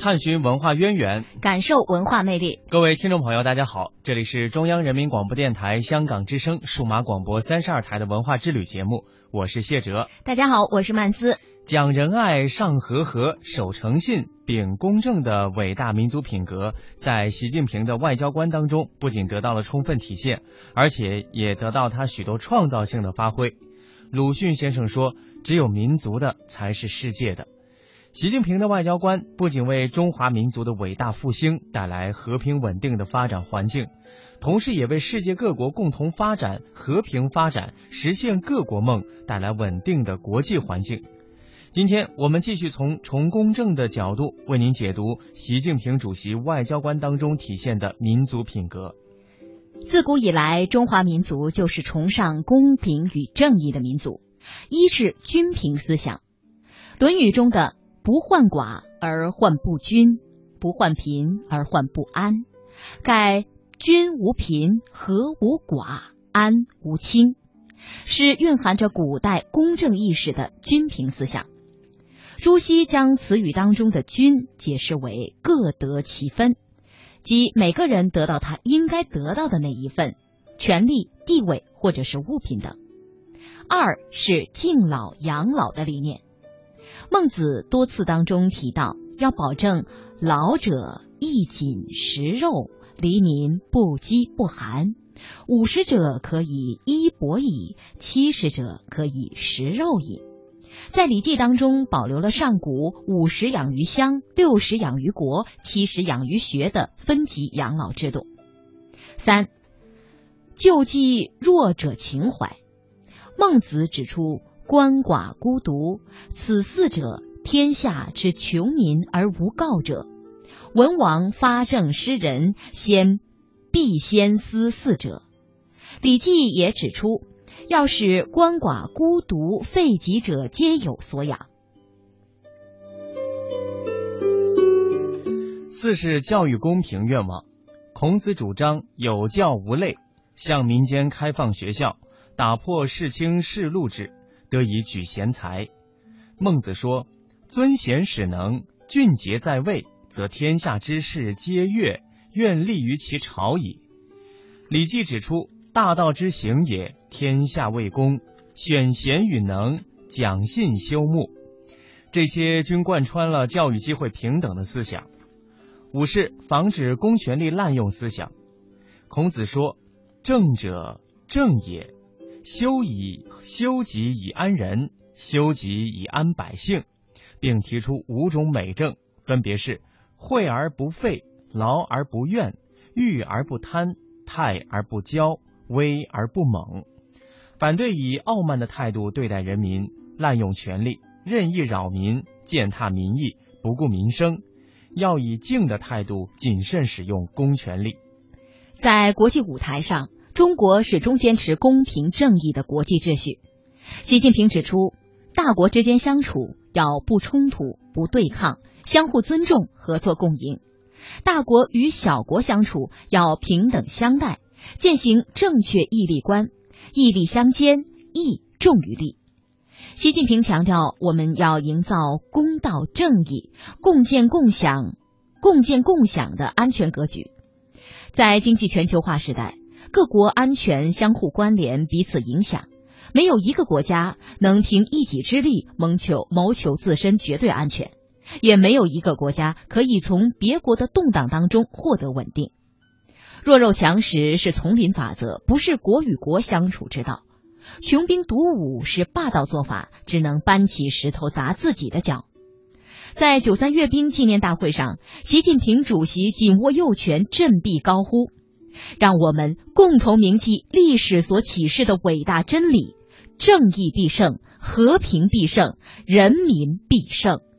探寻文化渊源， 感受文化魅力。 各位听众朋友大家好，这里是中央人民广播电台香港之声数码广播32台的文化之旅节目，我是谢哲。 大家好，我是曼斯。 讲仁爱、尚和和、守诚信、秉公正的伟大民族品格，在习近平的外交观当中不仅得到了充分体现，而且也得到他许多创造性的发挥。鲁迅先生说，只有民族的才是世界的。习近平的外交官不仅为中华民族的伟大复兴带来和平稳定的发展环境，同时也为世界各国共同发展、和平发展、实现各国梦带来稳定的国际环境。今天我们继续从崇公正的角度为您解读习近平主席外交官当中体现的民族品格。 自古以来，中华民族就是崇尚公平与正义的民族，一是均平思想。《论语》中的不患寡而患不均，不患贫而患不安，盖均无贫，和无寡，安无倾，是蕴含着古代公正意识的均平思想。朱熹将词语当中的均解释为各得其分，即每个人得到他应该得到的那一份，权利、地位或者是物品等。二是敬老养老的理念。孟子多次当中提到，要保证老者衣锦食肉，黎民不饥不寒，50者可以衣帛矣，70者可以食肉矣。在《礼记》当中保留了上古50养于乡、60养于国、70养于学的分级养老制度。三，救济弱者情怀。孟子指出，鳏寡孤独，此四者，天下之穷民而无告者。文王发政施仁，必先思四者。《礼记》也指出，要使鳏寡孤独废疾者皆有所养。 四是教育公平愿望。孔子主张有教无类，向民间开放学校，打破世卿世禄制，得以举贤才。孟子说，尊贤使能，俊杰在位，则天下之士皆悦，愿立于其朝矣。礼记指出，大道之行也，天下为公，选贤与能，讲信修睦，这些均贯穿了教育机会平等的思想。五是防止公权力滥用思想。孔子说，正者正也，修己以安人，修己以安百姓，并提出5种美政，分别是惠而不费，劳而不怨，裕而不贪，泰而不骄，威而不猛。反对以傲慢的态度对待人民，滥用权力，任意扰民，践踏民意，不顾民生，要以静的态度谨慎使用公权力。 在国际舞台上，中国始终坚持公平正义的国际秩序。习近平指出，大国之间相处要不冲突、不对抗，相互尊重、合作共赢；大国与小国相处要平等相待，践行正确义利观，义利相兼，义重于利。习近平强调，我们要营造公道正义、共建共享的安全格局。在经济全球化时代，各国安全相互关联，彼此影响，没有一个国家能凭一己之力谋求自身绝对安全，也没有一个国家可以从别国的动荡当中获得稳定。弱肉强食是丛林法则，不是国与国相处之道。穷兵黩武是霸道做法，只能搬起石头砸自己的脚。在93阅兵纪念大会上，习近平主席紧握右拳，振臂高呼，让我们共同铭记历史所启示的伟大真理：正义必胜，和平必胜，人民必胜。